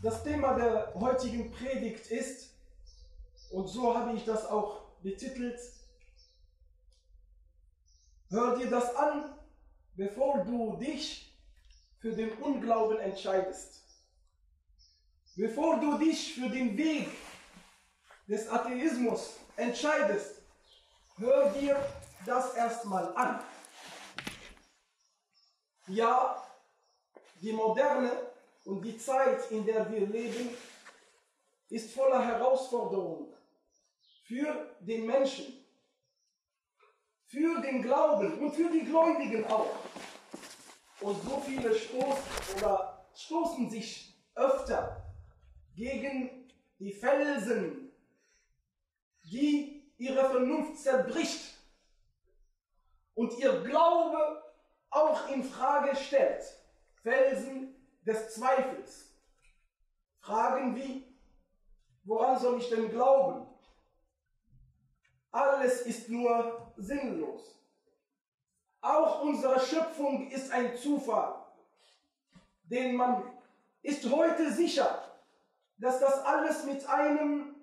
Das Thema der heutigen Predigt ist, und so habe ich das auch betitelt, hör dir das an, bevor du dich für den Unglauben entscheidest. Bevor du dich für den Weg des Atheismus entscheidest, hör dir das erstmal an. Ja, die Moderne und die Zeit, in der wir leben, ist voller Herausforderungen für den Menschen, für den Glauben und für die Gläubigen auch. Und so viele stoßen sich öfter gegen die Felsen, die ihre Vernunft zerbricht und ihr Glaube auch in Frage stellt. Felsen des Zweifels. Fragen wie, woran soll ich denn glauben? Alles ist nur sinnlos. Auch unsere Schöpfung ist ein Zufall, denn man ist heute sicher, dass das alles mit einer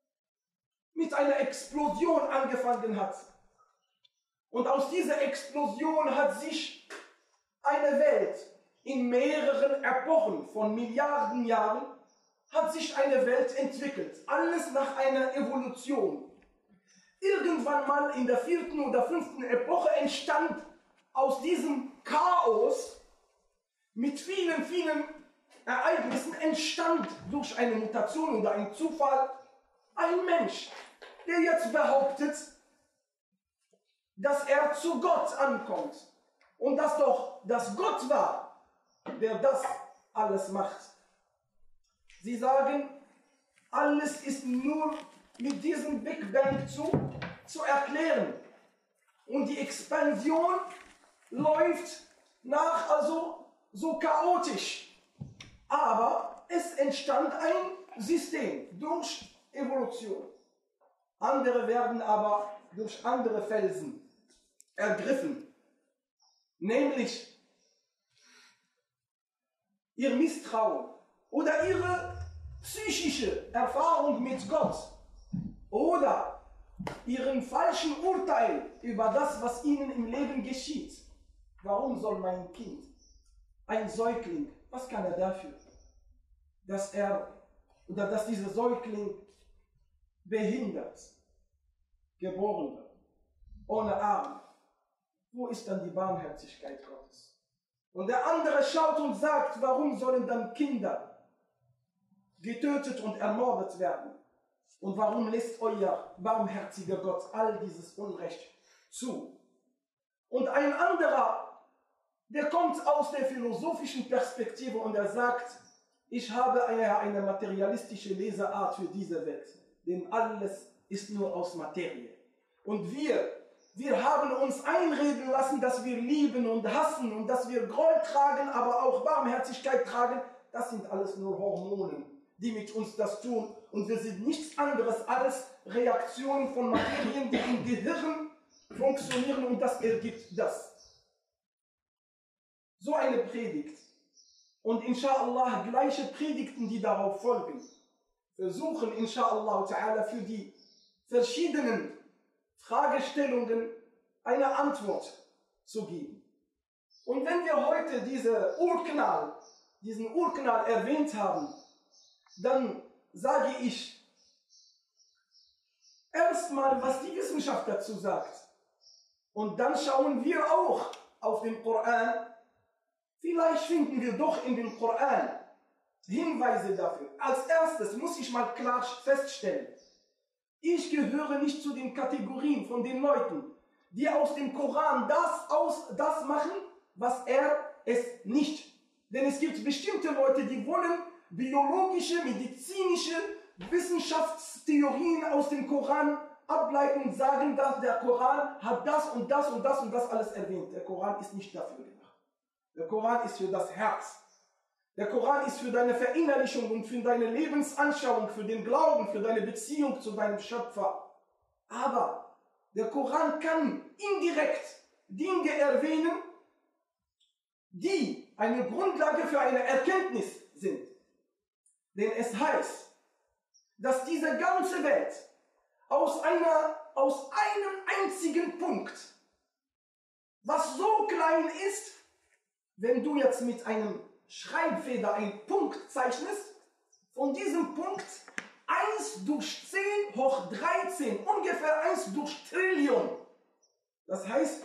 Explosion angefangen hat. Und aus dieser Explosion hat sich eine Welt in mehreren Epochen von Milliarden Jahren hat sich eine Welt entwickelt. Alles nach einer Evolution. Irgendwann mal in der 4. oder 5. Epoche entstand aus diesem Chaos mit vielen, vielen Ereignissen entstand durch eine Mutation oder einen Zufall ein Mensch, der jetzt behauptet, dass er zu Gott ankommt und dass doch das Gott war, der das alles macht. Sie sagen, alles ist nur mit diesem Big Bang zu erklären. Und die Expansion läuft so chaotisch. Aber es entstand ein System durch Evolution. Andere werden aber durch andere Felsen ergriffen. Nämlich ihr Misstrauen oder ihre psychische Erfahrung mit Gott oder ihren falschen Urteil über das, was ihnen im Leben geschieht. Warum soll mein Kind, ein Säugling, was kann er dafür, dass dieser Säugling behindert geboren wird, ohne Arme? Wo ist dann die Barmherzigkeit Gottes? Und der andere schaut und sagt, warum sollen dann Kinder getötet und ermordet werden? Und warum lässt euer barmherziger Gott all dieses Unrecht zu? Und ein anderer, der kommt aus der philosophischen Perspektive und er sagt, ich habe eine materialistische Leseart für diese Welt, denn alles ist nur aus Materie. Und wir haben uns einreden lassen, dass wir lieben und hassen und dass wir Groll tragen, aber auch Barmherzigkeit tragen. Das sind alles nur Hormone, die mit uns das tun. Und wir sind nichts anderes als Reaktionen von Materien, die im Gehirn funktionieren, und das ergibt das. So eine Predigt und inshallah gleiche Predigten, die darauf folgen, versuchen inshallah ta'ala für die verschiedenen Fragestellungen eine Antwort zu geben. Und wenn wir heute diesen Urknall erwähnt haben, dann sage ich erstmal, was die Wissenschaft dazu sagt. Und dann schauen wir auch auf den Koran. Vielleicht finden wir doch in dem Koran Hinweise dafür. Als erstes muss ich mal klar feststellen, ich gehöre nicht zu den Kategorien von den Leuten, die aus dem Koran das machen, was er es nicht. Denn es gibt bestimmte Leute, die wollen biologische, medizinische Wissenschaftstheorien aus dem Koran ableiten und sagen, dass der Koran hat das und das und das und das alles erwähnt. Der Koran ist nicht dafür gemacht. Der Koran ist für das Herz. Der Koran ist für deine Verinnerlichung und für deine Lebensanschauung, für den Glauben, für deine Beziehung zu deinem Schöpfer. Aber der Koran kann indirekt Dinge erwähnen, die eine Grundlage für eine Erkenntnis sind. Denn es heißt, dass diese ganze Welt aus einem einzigen Punkt, was so klein ist, wenn du jetzt mit einem Schreibfeder einen Punkt zeichnest, von diesem Punkt 1 durch 10 hoch 13, ungefähr 1 durch Trillion. Das heißt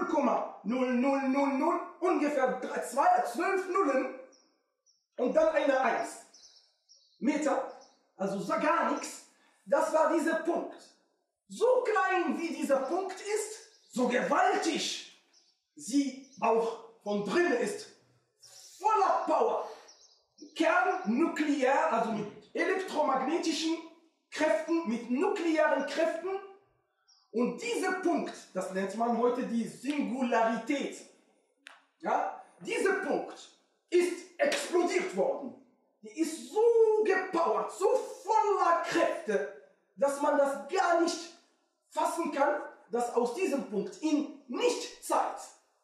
0,0000, ungefähr 12 Nullen und dann eine 1. Meter, also gar nichts. Das war dieser Punkt. So klein wie dieser Punkt ist, so gewaltig sie auch von drinnen ist. Voller Power. Kernnuklear, also mit elektromagnetischen Kräften, mit nuklearen Kräften. Und dieser Punkt, das nennt man heute die Singularität. Ja? Dieser Punkt ist explodiert worden. Die ist so gepowert, so voller Kräfte, dass man das gar nicht fassen kann, dass aus diesem Punkt in Nichtzeit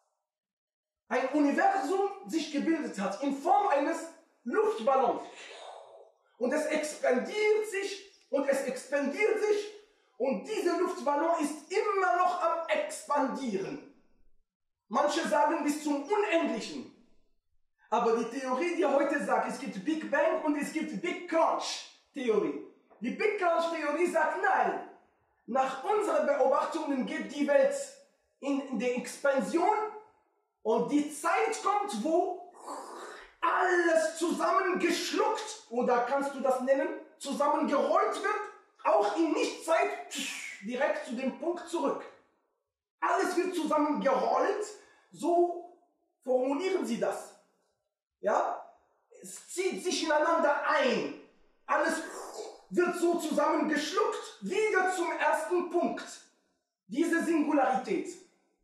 ein Universum sich gebildet hat in Form eines Luftballons. Und es expandiert sich und es expandiert sich und dieser Luftballon ist immer noch am expandieren. Manche sagen bis zum Unendlichen. Aber die Theorie, die heute sagt, es gibt Big Bang und es gibt Big Crunch Theorie. Die Big Crunch Theorie sagt nein. Nach unseren Beobachtungen geht die Welt in der Expansion und die Zeit kommt, wo alles zusammengeschluckt, oder kannst du das nennen, zusammengerollt wird, auch in Nichtzeit direkt zu dem Punkt zurück. Alles wird zusammengerollt, so formulieren sie das. Ja? Es zieht sich ineinander ein. Alles wird so zusammengeschluckt, wieder zum ersten Punkt. Diese Singularität.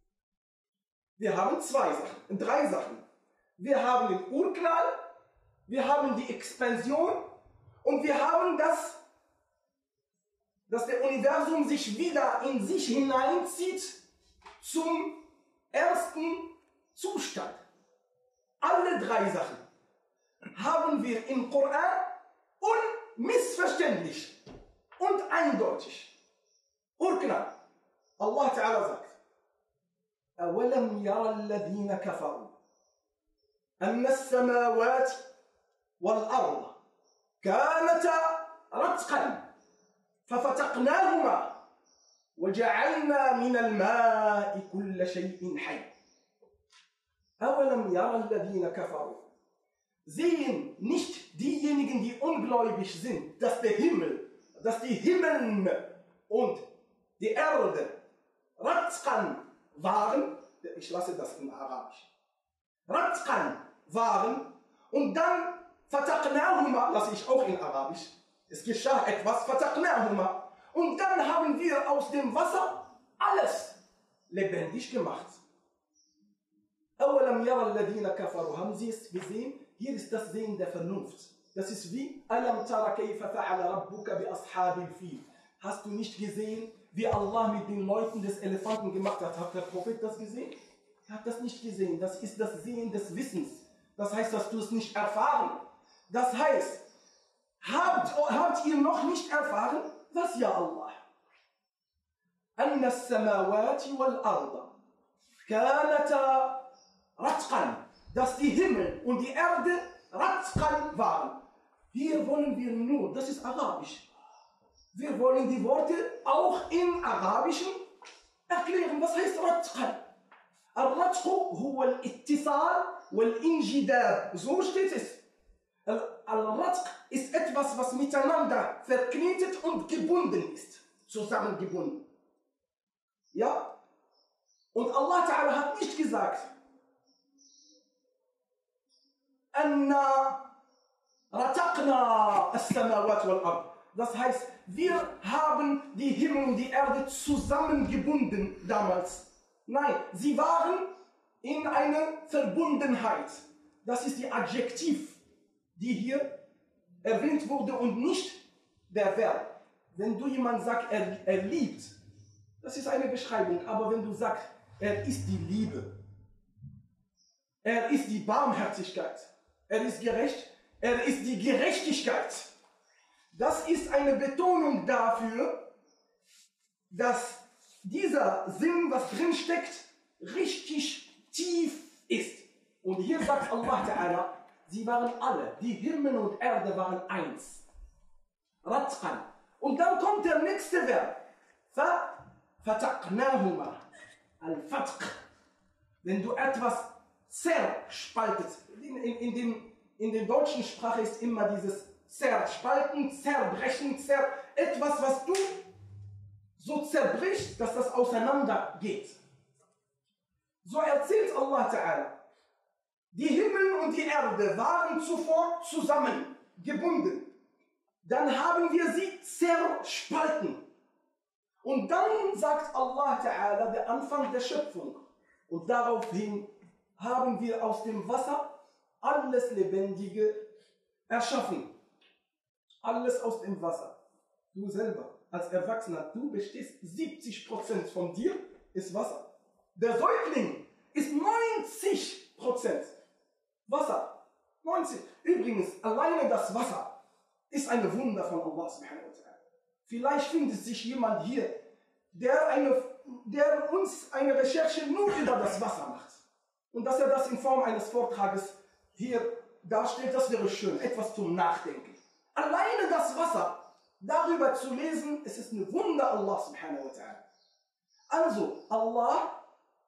Wir haben drei Sachen. Wir haben den Urknall, wir haben die Expansion und wir haben dass der Universum sich wieder in sich hineinzieht zum ersten Zustand. Alle drei Sachen haben wir im Koran unmissverständlich und eindeutig. Urknall. Allah Ta'ala sagt: أَوَلَمْ يَرَ الَّذِينَ كَفَرُوا أَنَّ السَّمَاوَاتِ وَالْأَرْضَ كَانَتَا رَتْقًا فَفَتَقْنَاهُمَا وَجَعَلْنَا مِنَ الْمَاءِ كُلَّ شَيْءٍ حَيٍّ أَوَلَمْ يَرَ الَّذِينَ كَفَرُوا. Sehen nicht diejenigen, die ungläubig sind, dass die Himmeln und die Erde Ratqan waren, ich lasse das in Arabisch, Ratqan waren und dann Fataqnahuma, lasse ich auch in Arabisch, es geschah etwas, Fataqnahuma, und dann haben wir aus dem Wasser alles lebendig gemacht. أَوَلَمْ يَرَ الَّذِينَ كَفَرُوا. Haben Sie es gesehen? Hier ist das Sehen der Vernunft. Das ist wie أَلَمْ تَرَ كَيْفَ فَعَلَ رَبُّكَ بِأَصْحَابِ الْفِيلِ. Hast du nicht gesehen, wie Allah mit den Leuten des Elefanten gemacht hat? Hat der Prophet das gesehen? Er hat das nicht gesehen. Das ist das Sehen des Wissens. Das heißt, dass du es nicht erfahren. Das heißt, habt ihr noch nicht erfahren, was ja Allah? أَنَّ السَّمَاوَاتِ وَالْأَرْضَ كَانَتَا Ratqan, dass die Himmel und die Erde Ratqan waren. Hier wollen wir nur, das ist Arabisch, wir wollen die Worte auch im Arabischen erklären. Was heißt Ratqan? Al-Ratqu huwa al-Ittisal wal-Injidab. So steht es. Al-Ratq ist etwas, was miteinander verknetet und gebunden ist. Zusammengebunden. Ja? Und Allah Ta'ala hat nicht gesagt, أَنَّا رَتَقْنَا السَّمَاوَاتِ وَالْأَرْضِ. Das heißt, wir haben die Himmel und die Erde zusammengebunden damals. Nein, sie waren in einer Verbundenheit. Das ist die Adjektiv, die hier erwähnt wurde und nicht der Verb. Wenn du jemand sagst, er liebt, das ist eine Beschreibung. Aber wenn du sagst, er ist die Liebe, er ist die Barmherzigkeit, er ist gerecht, Er ist die Gerechtigkeit. Das ist eine Betonung dafür, dass dieser Sinn, was drin steckt, richtig tief ist. Und hier sagt Allah Ta'ala, sie waren alle, die Himmel und Erde waren eins. Ratqan. Und dann kommt der nächste Verb. Fataqnahuma. Al-Fatq. Wenn du etwas zerspaltest, in der deutschen Sprache ist immer dieses zerspalten, zerbrechen, etwas, was du so zerbrichst, dass das auseinandergeht. So erzählt Allah Ta'ala. Die Himmel und die Erde waren zuvor zusammengebunden. Dann haben wir sie zerspalten. Und dann sagt Allah Ta'ala, der Anfang der Schöpfung. Und daraufhin haben wir aus dem Wasser alles Lebendige erschaffen. Alles aus dem Wasser. Du selber, als Erwachsener, du bestehst 70% von dir ist Wasser. Der Säugling ist 90% Wasser. 90. Übrigens, alleine das Wasser ist ein Wunder von Allah subhanahu wa ta'ala. Vielleicht findet sich jemand hier, der uns eine Recherche nur über das Wasser macht. Und dass er das in Form eines Vortrages hier darstellt, das wäre schön. Etwas zum Nachdenken. Alleine das Wasser, darüber zu lesen, es ist ein Wunder Allah subhanahu wa ta'ala. Also, Allah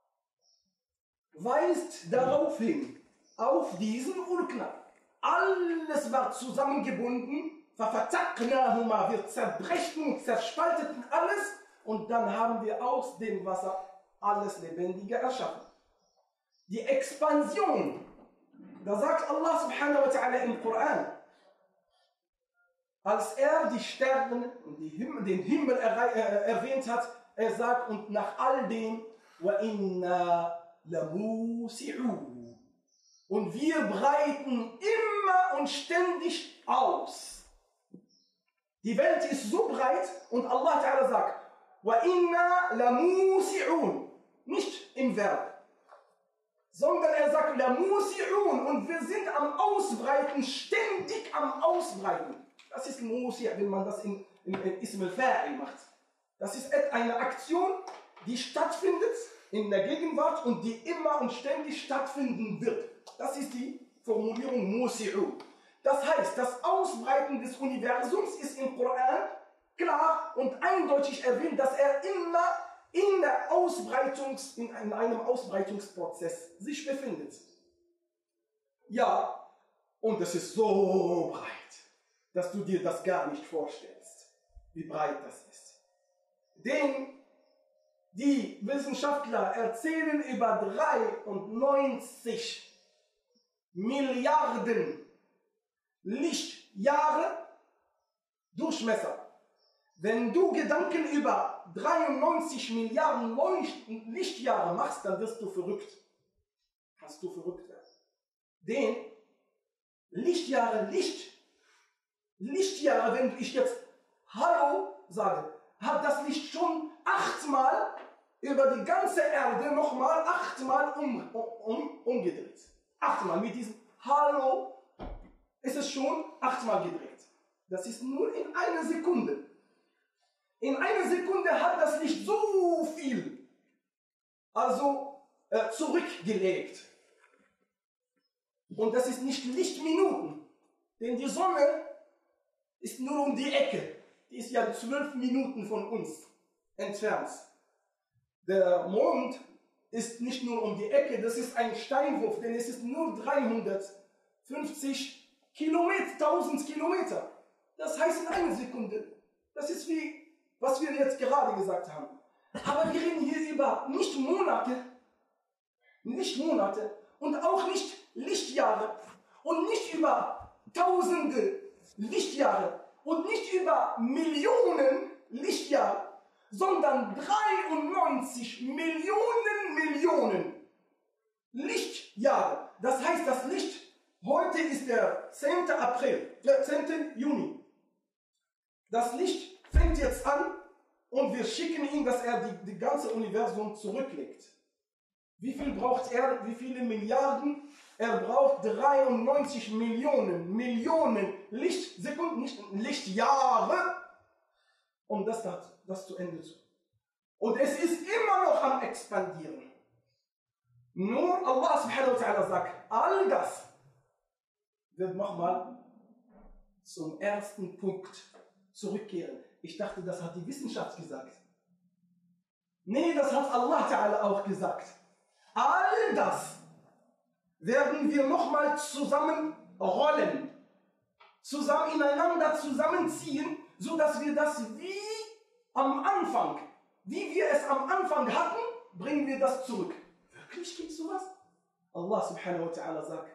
weist darauf hin, auf diesen Urknall. Alles war zusammengebunden, wir zerbrechen und zerspalteten alles und dann haben wir aus dem Wasser alles Lebendige erschaffen. Die Expansion, da sagt Allah subhanahu wa ta'ala im Koran, als er die Sterne und den Himmel erwähnt hat, er sagt, und nach all dem, وَإِنَّا لَمُوسِعُونَ. Und wir breiten immer und ständig aus. Die Welt ist so breit und Allah Ta'ala sagt, وَإِنَّا لَمُوسِعُونَ. Nicht im Verb, sondern er sagt, لَمُوسِعُونَ. Und wir sind am Ausbreiten, ständig am Ausbreiten. Das ist Musi', wenn man das in Ism al-Fa'il macht. Das ist eine Aktion, die stattfindet in der Gegenwart und die immer und ständig stattfinden wird. Das ist die Formulierung Musi'u. Das heißt, das Ausbreiten des Universums ist im Koran klar und eindeutig erwähnt, dass er immer in einem Ausbreitungsprozess sich befindet. Ja, und es ist so breit, dass du dir das gar nicht vorstellst, wie breit das ist. Denn die Wissenschaftler erzählen über 93 Milliarden Lichtjahre Durchmesser. Wenn du Gedanken über 93 Milliarden Lichtjahre machst, dann wirst du verrückt. Kannst du verrückt werden. Denn Lichtjahre, wenn ich jetzt Hallo sage, hat das Licht schon 8-mal über die ganze Erde nochmal 8-mal umgedreht. 8-mal mit diesem Hallo ist es schon 8-mal gedreht. Das ist nur in einer Sekunde. In einer Sekunde hat das Licht so viel zurückgelegt. Und das ist nicht Lichtminuten, denn die Sonne ist nur um die Ecke. Die ist ja 12 Minuten von uns entfernt. Der Mond ist nicht nur um die Ecke, das ist ein Steinwurf, denn es ist nur 350 Kilometer, 1000 Kilometer. Das heißt in einer Sekunde. Das ist wie, was wir jetzt gerade gesagt haben. Aber wir reden hier über nicht Monate und auch nicht Lichtjahre und nicht über Tausende Lichtjahre und nicht über Millionen Lichtjahre, sondern 93 Millionen Lichtjahre. Das heißt, das Licht, heute ist der 10. Juni. Das Licht fängt jetzt an und wir schicken ihm, dass er die ganze Universum zurücklegt. Wie viel braucht er? Wie viele Milliarden Er braucht 93 Millionen Lichtsekunden, nicht Lichtjahre, um das zu Ende zu. Und es ist immer noch am expandieren. Nur Allah subhanahu wa ta'ala sagt, all das wird nochmal zum ersten Punkt zurückkehren. Ich dachte, das hat die Wissenschaft gesagt. Nee, das hat Allah ta'ala auch gesagt. All das werden wir nochmal zusammenrollen, ineinander zusammenziehen, sodass wir das wie wir es am Anfang hatten, bringen wir das zurück. Wirklich gibt es sowas? Allah subhanahu wa ta'ala sagt,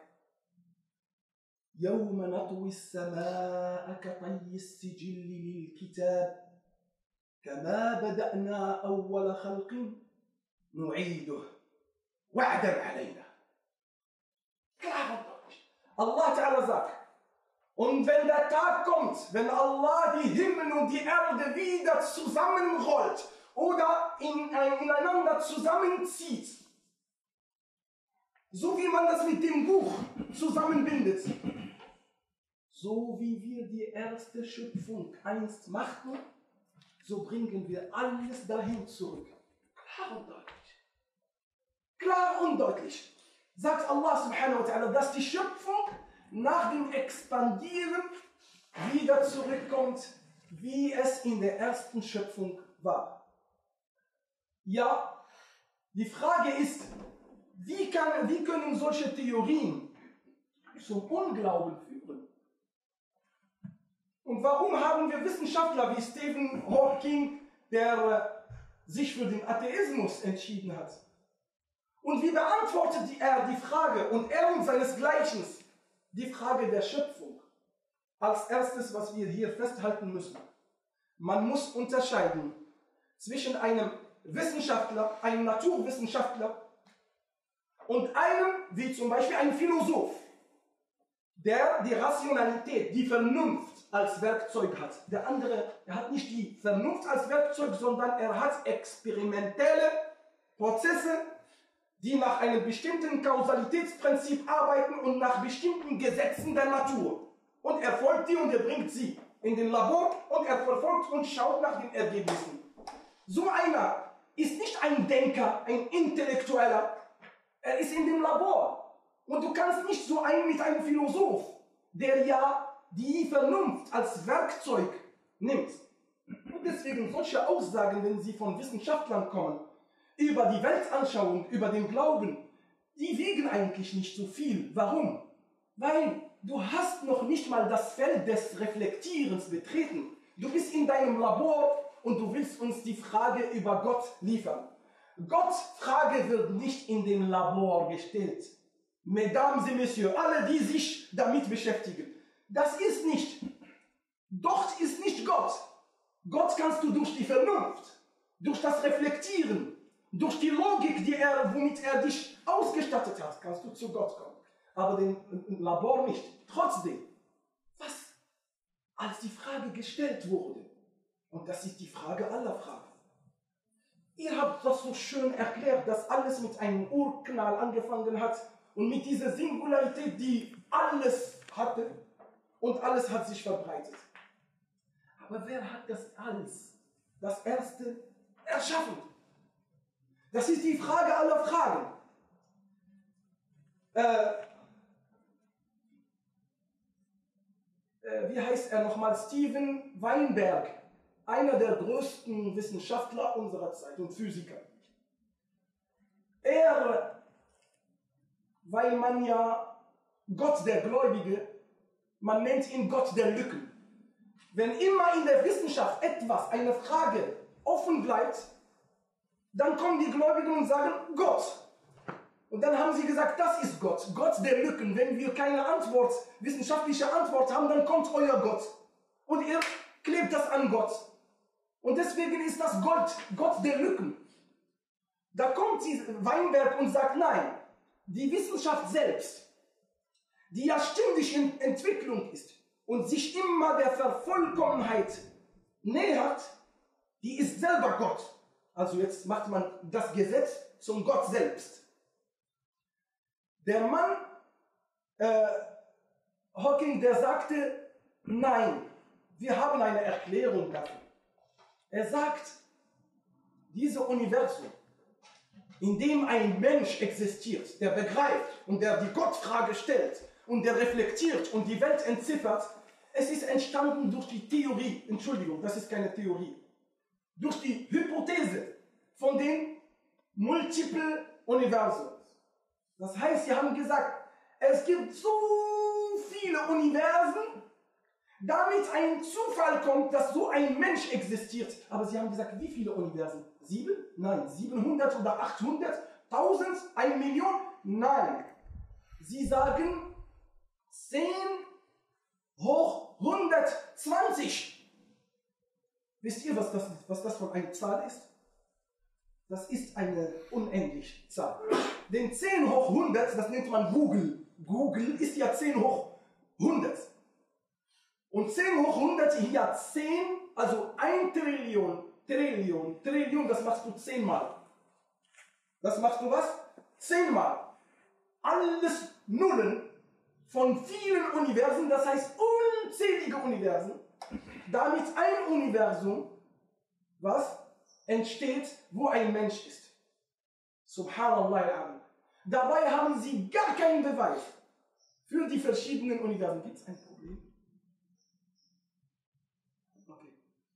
يوم نطوي السماء كطي السجل للكتاب كما بدأنا أول خلق نعيده وعدا علينا. Allah Ta'ala sagt, und wenn der Tag kommt, wenn Allah die Himmel und die Erde wieder zusammenrollt oder ineinander zusammenzieht, so wie man das mit dem Buch zusammenbindet, so wie wir die erste Schöpfung einst machten, so bringen wir alles dahin zurück. Klar und deutlich. Klar und deutlich. Sagt Allah subhanahu wa ta'ala, dass die Schöpfung nach dem Expandieren wieder zurückkommt, wie es in der ersten Schöpfung war. Ja, die Frage ist, wie können solche Theorien zum Unglauben führen? Und warum haben wir Wissenschaftler wie Stephen Hawking, der sich für den Atheismus entschieden hat? Und wie beantwortet er die Frage, und er und seinesgleichen, die Frage der Schöpfung? Als erstes, was wir hier festhalten müssen, man muss unterscheiden zwischen einem Wissenschaftler, einem Naturwissenschaftler und einem, wie zum Beispiel ein Philosoph, der die Rationalität, die Vernunft als Werkzeug hat. Der andere, er hat nicht die Vernunft als Werkzeug, sondern er hat experimentelle Prozesse, die nach einem bestimmten Kausalitätsprinzip arbeiten und nach bestimmten Gesetzen der Natur. Und er folgt die und er bringt sie in den Labor und er verfolgt und schaut nach den Ergebnissen. So einer ist nicht ein Denker, ein Intellektueller, er ist in dem Labor. Und du kannst nicht so einen mit einem Philosoph, der ja die Vernunft als Werkzeug nimmt. Und deswegen solche Aussagen, wenn sie von Wissenschaftlern kommen, über die Weltanschauung, über den Glauben, die wiegen eigentlich nicht so viel. Warum? Weil du hast noch nicht mal das Feld des Reflektierens betreten. Du bist in deinem Labor und du willst uns die Frage über Gott liefern. Gottes Frage wird nicht in dem Labor gestellt. Mesdames et Messieurs, alle, die sich damit beschäftigen. Das ist nicht. Dort ist nicht Gott. Gott kannst du durch die Vernunft, durch das Reflektieren, durch die Logik, womit er dich ausgestattet hat, kannst du zu Gott kommen. Aber im Labor nicht. Trotzdem, als die Frage gestellt wurde, und das ist die Frage aller Fragen, ihr habt das so schön erklärt, dass alles mit einem Urknall angefangen hat und mit dieser Singularität, die alles hatte und alles hat sich verbreitet. Aber wer hat das alles, das Erste, erschaffen? Das ist die Frage aller Fragen. Wie heißt er nochmal? Steven Weinberg, einer der größten Wissenschaftler unserer Zeit und Physiker. Weil man ja Gott der Gläubige, man nennt ihn Gott der Lücken. Wenn immer in der Wissenschaft eine Frage offen bleibt, dann kommen die Gläubigen und sagen Gott. Und dann haben sie gesagt, das ist Gott, Gott der Lücken. Wenn wir keine wissenschaftliche Antwort haben, dann kommt euer Gott. Und ihr klebt das an Gott. Und deswegen ist das Gott der Lücken. Da kommt Weinberg und sagt, nein, die Wissenschaft selbst, die ja ständig in Entwicklung ist und sich immer der Vervollkommenheit nähert, die ist selber Gott. Also jetzt macht man das Gesetz zum Gott selbst. Der Mann Hawking, der sagte, nein, wir haben eine Erklärung dafür. Er sagt, dieses Universum, in dem ein Mensch existiert, der begreift und der die Gottfrage stellt und der reflektiert und die Welt entziffert, es ist entstanden durch die Theorie, Entschuldigung, das ist keine Theorie, durch die Hypothese von den Multiple Universen. Das heißt, sie haben gesagt, es gibt so viele Universen, damit ein Zufall kommt, dass so ein Mensch existiert. Aber sie haben gesagt, wie viele Universen? 7? Nein. 700 oder 800? 1000? 1 Million? Nein. Sie sagen 10 hoch 120. Wisst ihr, was das für eine Zahl ist? Das ist eine unendliche Zahl. Denn 10 hoch 100, das nennt man Google. Google ist ja 10 hoch 100. Und 10 hoch 100 hier 10, also 1 Trillion, das machst du 10 Mal. Das machst du was? 10 Mal. Alles Nullen von vielen Universen, das heißt unzählige Universen, damit ein Universum, was entsteht, wo ein Mensch ist. Subhanallah. Dabei haben sie gar keinen Beweis für die verschiedenen Universen. Gibt es ein Problem? Okay.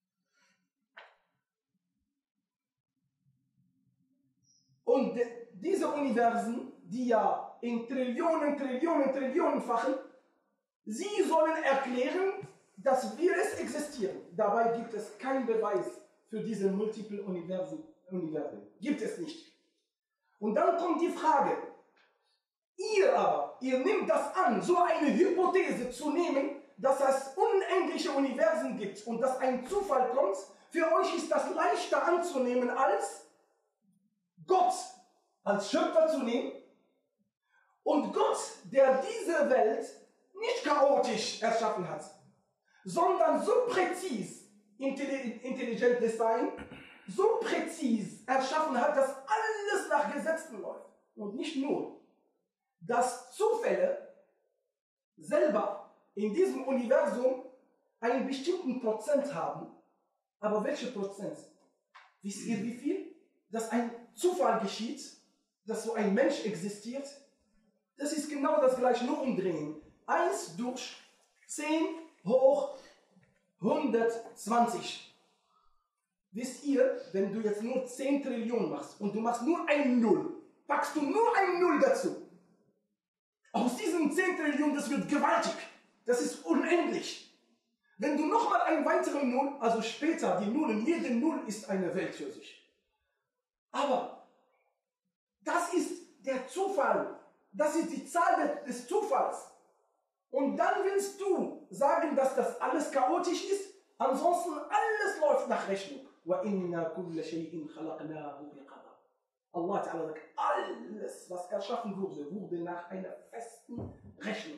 Und diese Universen, die ja in Trillionenfachen, sie sollen erklären, dass wir es existieren. Dabei gibt es keinen Beweis für diese Multiple Universen. Gibt es nicht. Und dann kommt die Frage, ihr nehmt das an, so eine Hypothese zu nehmen, dass es unendliche Universen gibt und dass ein Zufall kommt. Für euch ist das leichter anzunehmen als Gott als Schöpfer zu nehmen. Und Gott, der diese Welt nicht chaotisch erschaffen hat, sondern so präzis, intelligent Design, so präzis erschaffen hat, dass alles nach Gesetzen läuft. Und nicht nur, dass Zufälle selber in diesem Universum einen bestimmten Prozent haben. Aber welche Prozent? Wisst ihr wie viel? Dass ein Zufall geschieht, dass so ein Mensch existiert. Das ist genau das gleiche, nur umdrehen. 1 durch 10 hoch 120. Wisst ihr, wenn du jetzt nur 10 Trillionen machst und du machst nur ein Null, packst du nur ein Null dazu. Aus diesen 10 Trillionen, das wird gewaltig. Das ist unendlich. Wenn du nochmal einen weiteren Null, also später die Nullen, jede Null ist eine Welt für sich. Aber das ist der Zufall. Das ist die Zahl des Zufalls. Und dann willst du sagen, dass das alles chaotisch ist? Ansonsten alles läuft nach Rechnung. وَإِنَّا كُلَّ شَيْءٍ خَلَقْنَاهُ بِقَدَرٍ. Allah Ta'ala sagt, alles, was erschaffen wurde, wurde nach einer festen Rechnung.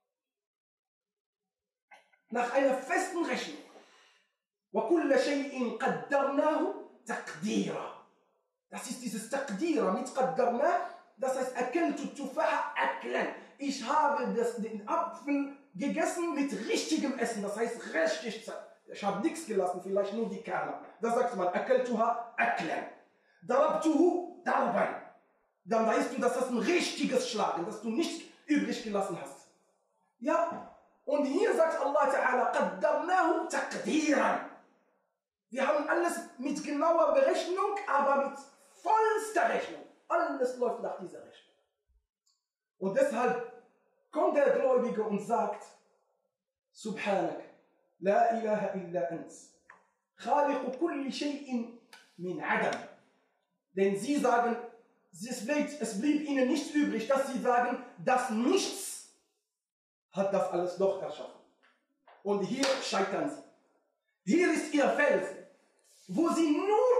Nach einer festen Rechnung. وَكُلَّ شَيْءٍ قَدَّرْنَاهُ تَقْدِيرًا. Das ist dieses Taqdira mit Qaddarna, das heißt, akeltu tufaha aklan. Ich habe den Apfel gegessen mit richtigem Essen, das heißt richtig. Ich habe nichts gelassen, vielleicht nur die Kerne. Da sagt man, akeltuha aklan. Darabtuhu darban. Dann weißt du, dass das ein richtiges Schlagen, dass du nichts übrig gelassen hast. Ja, und hier sagt Allah Ta'ala, qaddarnahu taqdiran. Wir haben alles mit genauer Berechnung, aber mit vollster Rechnung. Alles läuft nach dieser Rechnung. Und deshalb kommt der Gläubige und sagt, Subhanak, la ilaha illa ant, khaliqu kulli shay'in min adam. Denn sie sagen, es blieb ihnen nichts übrig, dass sie sagen, das Nichts hat das alles doch erschaffen. Und hier scheitern sie. Hier ist ihr Fels, wo sie nur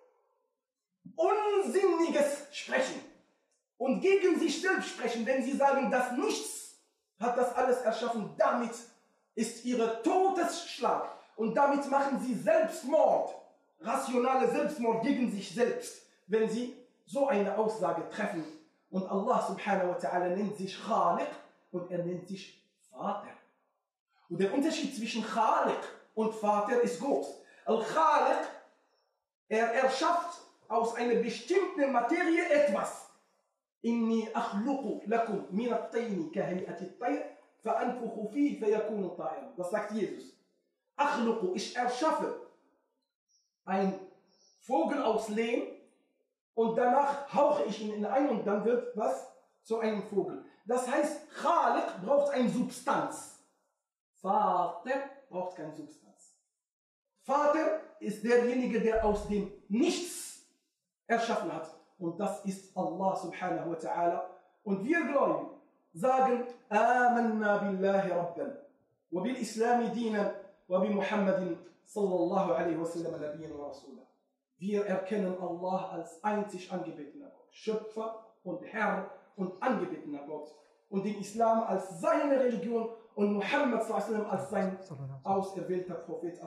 Unsinniges sprechen und gegen sich selbst sprechen, wenn sie sagen, das Nichts hat das alles erschaffen. Damit ist ihr Todesschlag und damit machen sie Selbstmord, rationale Selbstmord gegen sich selbst, wenn sie so eine Aussage treffen. Und Allah subhanahu wa ta'ala nennt sich Khaliq, und er nennt sich Vater. Und der Unterschied zwischen Khaliq und Vater ist groß. Al-Khaliq, er erschafft aus einer bestimmten Materie etwas. Inni akhluqu lakum min at-tayni kahay'ati at-tayr fa'anfukhu fihi fayakunu tayran. Das sagt Jesus. Akhluqu, ich erschaffe ein Vogel aus Lehm und danach hauche ich ihn ein und dann wird was zu einem Vogel. Das heißt, Khaliq braucht eine Substanz. Vater braucht keine Substanz. Vater ist derjenige, der aus dem Nichts erschaffen hat. Und das ist Allah subhanahu wa ta'ala. Und wir Gläubigen sagen, Amanna billahi Rabban, wa bil Islami dinan, wa bi Muhammadin sallallahu alaihi wa sallam nabiyyan wa rasulah. Wir erkennen Allah als einzig angebetener Gott, Schöpfer und Herr und angebetener Gott. Und den Islam als seine Religion und Muhammad sallallahu alaihi wa sallam als sein auserwählter Prophet.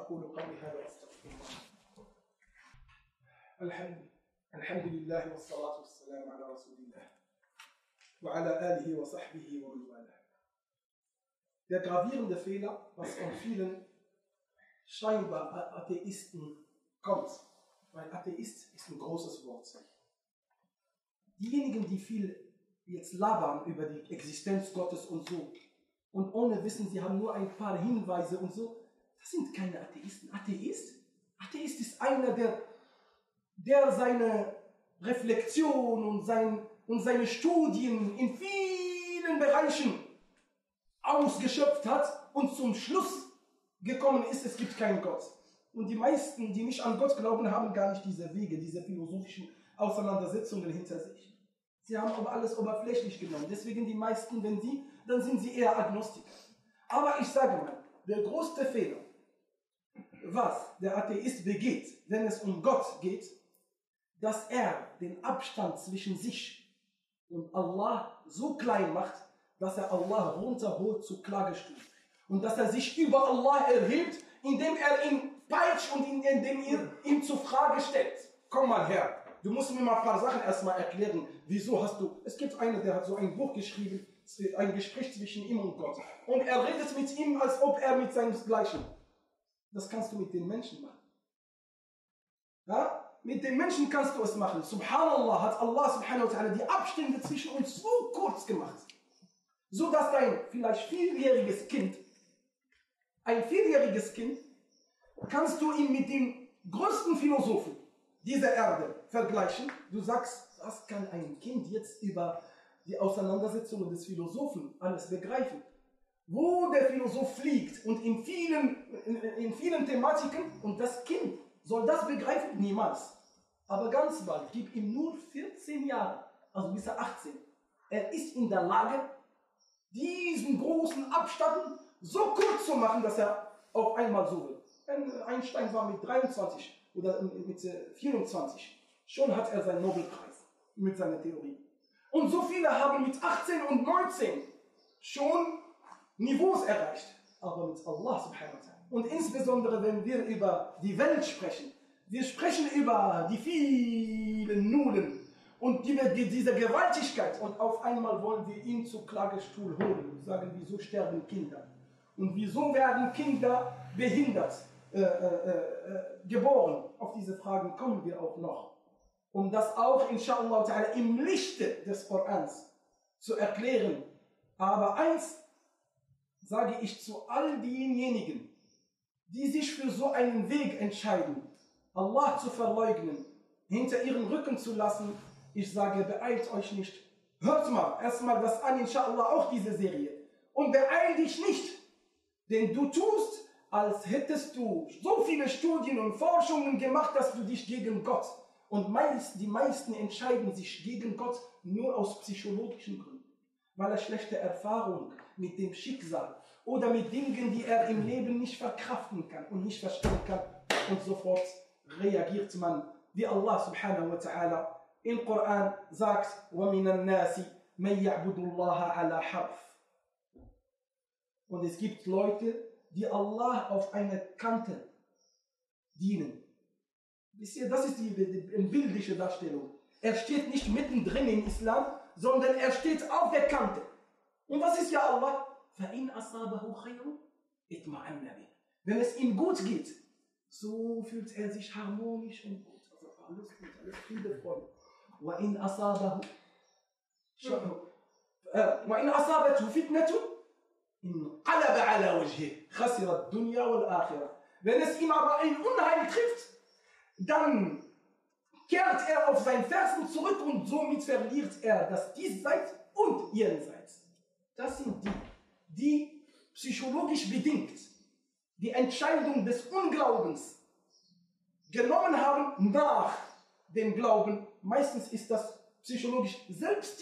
Alhamdulillah wa salatu wa salam ala Rasulillah wa ala alihi wa sahbihi wa man wala. Der gravierende Fehler, was von vielen scheinbar Atheisten kommt, weil Atheist ist ein großes Wort. Diejenigen, die viel jetzt labern über die Existenz Gottes und so, und ohne Wissen, sie haben nur ein paar Hinweise und so, das sind keine Atheisten. Atheist ist einer, der seine Reflexion und seine Studien in vielen Bereichen ausgeschöpft hat und zum Schluss gekommen ist, es gibt keinen Gott. Und die meisten, die nicht an Gott glauben, haben gar nicht diese Wege, diese philosophischen Auseinandersetzungen hinter sich. Sie haben aber alles oberflächlich genommen. Deswegen die meisten, dann sind sie eher Agnostiker. Aber ich sage mal, der größte Fehler, was der Atheist begeht, wenn es um Gott geht, dass er den Abstand zwischen sich und Allah so klein macht, dass er Allah runterholt zu Klagestuhl. Und dass er sich über Allah erhebt, indem er ihn peitscht und indem er ihm zur Frage stellt. Komm mal her. Du musst mir mal ein paar Sachen erstmal erklären. Wieso hast du... Es gibt einen, der hat so ein Buch geschrieben, ein Gespräch zwischen ihm und Gott. Und er redet mit ihm, als ob er mit seinesgleichen. Das kannst du mit den Menschen machen. Ja? Mit den Menschen kannst du es machen. Subhanallah, hat Allah subhanahu wa ta'ala die Abstände zwischen uns so kurz gemacht. So dass dein vielleicht ein vierjähriges Kind, kannst du ihn mit dem größten Philosophen dieser Erde vergleichen. Du sagst, was kann ein Kind jetzt über die Auseinandersetzungen des Philosophen alles begreifen? Wo der Philosoph fliegt und in vielen Thematiken, und das Kind soll das begreifen? Niemals. Aber ganz bald, gib ihm nur 14 Jahre, also bis er 18. Er ist in der Lage, diesen großen Abstand so kurz zu machen, dass er auf einmal so wird. Einstein war mit 23 oder mit 24. Schon hat er seinen Nobelpreis mit seiner Theorie. Und so viele haben mit 18 und 19 schon Niveaus erreicht. Aber mit Allah subhanahu wa ta'ala. Und insbesondere, wenn wir über die Welt sprechen, wir sprechen über die vielen Nudeln und diese Gewaltigkeit. Und auf einmal wollen wir ihn zu Klagestuhl holen und sagen, wieso sterben Kinder? Und wieso werden Kinder behindert geboren? Auf diese Fragen kommen wir auch noch. Um das auch, inshallah ta'ala, im Lichte des Korans zu erklären. Aber eins sage ich zu all denjenigen, die sich für so einen Weg entscheiden, Allah zu verleugnen, hinter ihren Rücken zu lassen. Ich sage, beeilt euch nicht. Hört mal erstmal das an, inshallah, auch diese Serie. Und beeil dich nicht, denn du tust, als hättest du so viele Studien und Forschungen gemacht, dass du dich gegen Gott. Und die meisten entscheiden sich gegen Gott nur aus psychologischen Gründen, weil er schlechte Erfahrungen mit dem Schicksal oder mit Dingen, die er im Leben nicht verkraften kann und nicht verstehen kann. Und sofort reagiert man, wie Allah subhanahu wa ta'ala im Koran sagt, وَمِنَ النَّاسِ مَنْ يَعْبُدُ اللَّهَ عَلَى حَرْفٍ. Und es gibt Leute, die Allah auf eine Kante dienen. Wisst ihr, das ist die bildliche Darstellung. Er steht nicht mittendrin im Islam, sondern er steht auf der Kante. Und was ist ja Allah? فَإِنْ أَصَابَهُ خَيْرٌ اطْمَأَنَّ بِهِ. Wenn es ihm gut geht, so fühlt er sich harmonisch und gut. Also alles gut, alles Friede, Freude. وَإِنْ أَصَابَهُ وَإِنْ أَصَابَتْهُ فِتْنَةٌ انقلب على وجهه خسر الدنيا والآخرة. Wenn es ihm aber ein Unheil trifft, dann kehrt er auf seinen Fersen zurück und somit verliert er das Diesseits und Jenseits. Das sind die psychologisch bedingt die Entscheidung des Unglaubens genommen haben nach dem Glauben. Meistens ist das psychologisch. Selbst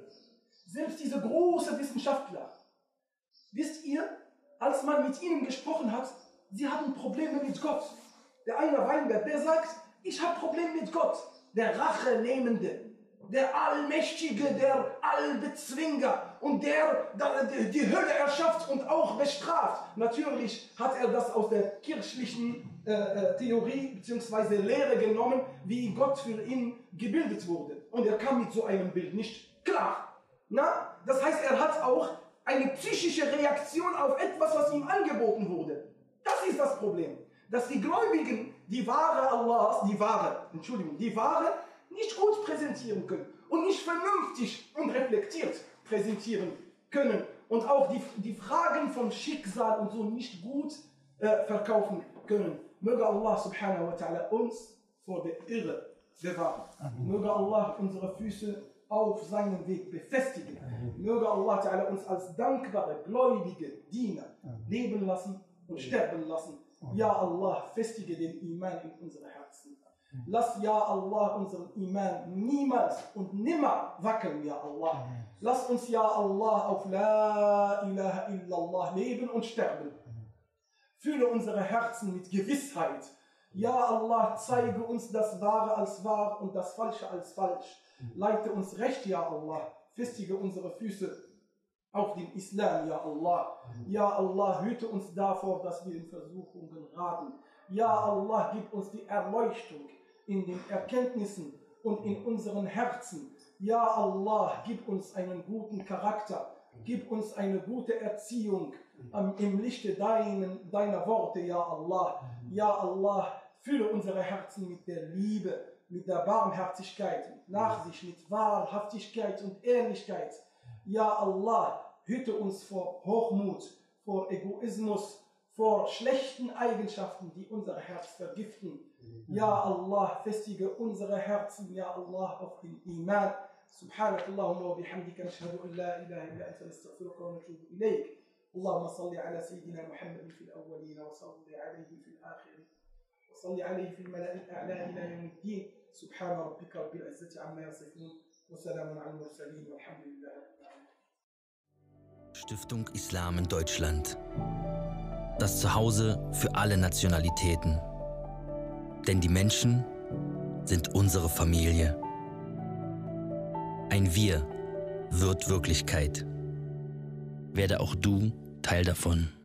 diese große Wissenschaftler, wisst ihr, als man mit ihnen gesprochen hat, sie hatten Probleme mit Gott. Der eine Weinberg, der sagt, ich habe Probleme mit Gott. Der Rachenehmende, der Allmächtige, der Allbezwinger und der die Hölle erschafft und auch bestraft. Natürlich hat er das aus der kirchlichen Theorie bzw. Lehre genommen, wie Gott für ihn gebildet wurde. Und er kam mit so einem Bild nicht klar. Na? Das heißt, er hat auch eine psychische Reaktion auf etwas, was ihm angeboten wurde. Das ist das Problem. Dass die Gläubigen die Ware Allahs, die Ware nicht gut präsentieren können und nicht vernünftig und reflektiert präsentieren können und auch die Fragen vom Schicksal und so nicht gut verkaufen können. Möge Allah subhanahu wa ta'ala uns vor der Irre bewahren. Möge Allah unsere Füße auf seinem Weg befestigen. Möge Allah ta'ala uns als dankbare, gläubige Diener leben lassen und sterben lassen. Ja Allah, festige den Iman in unsere Herzen. Lass, ja Allah, unseren Iman niemals und nimmer wackeln, ja Allah. Lass uns, ja Allah, auf La ilaha illallah leben und sterben. Fülle unsere Herzen mit Gewissheit. Ja Allah, zeige uns das Wahre als wahr und das Falsche als falsch. Leite uns recht, ja Allah. Festige unsere Füße auf den Islam, ja Allah. Ja Allah, hüte uns davor, dass wir in Versuchungen raten. Ja Allah, gib uns die Erleuchtung in den Erkenntnissen und in unseren Herzen. Ja Allah, gib uns einen guten Charakter. Gib uns eine gute Erziehung im Lichte deiner Worte, ja Allah. Ja Allah, fülle unsere Herzen mit der Liebe, mit der Barmherzigkeit, mit Nachsicht, mit Wahrhaftigkeit und Ehrlichkeit. Ja Allah, hüte uns vor Hochmut, vor Egoismus, vor schlechten Eigenschaften, die unser Herz vergiften. Ja Allah, festige unsere Herzen, ja Allah, auf den Iman. سبحانك اللهم وبحمدك نشهد أن لا إله إلا أنت نستغفرك ونتوب إليك. اللهم صل على سيدنا محمد في الأولين وصل عليه في الآخرين وصل عليه في الملأ الأعلى إلى يوم الدين. سبحان ربك رب العزة عما يصفون وسلام على المرسلين والحمد لله رب العالمين. Stiftung Islam in Deutschland. Das Zuhause für alle Nationalitäten. Denn die Menschen sind unsere Familie. Ein Wir wird Wirklichkeit. Werde auch du Teil davon.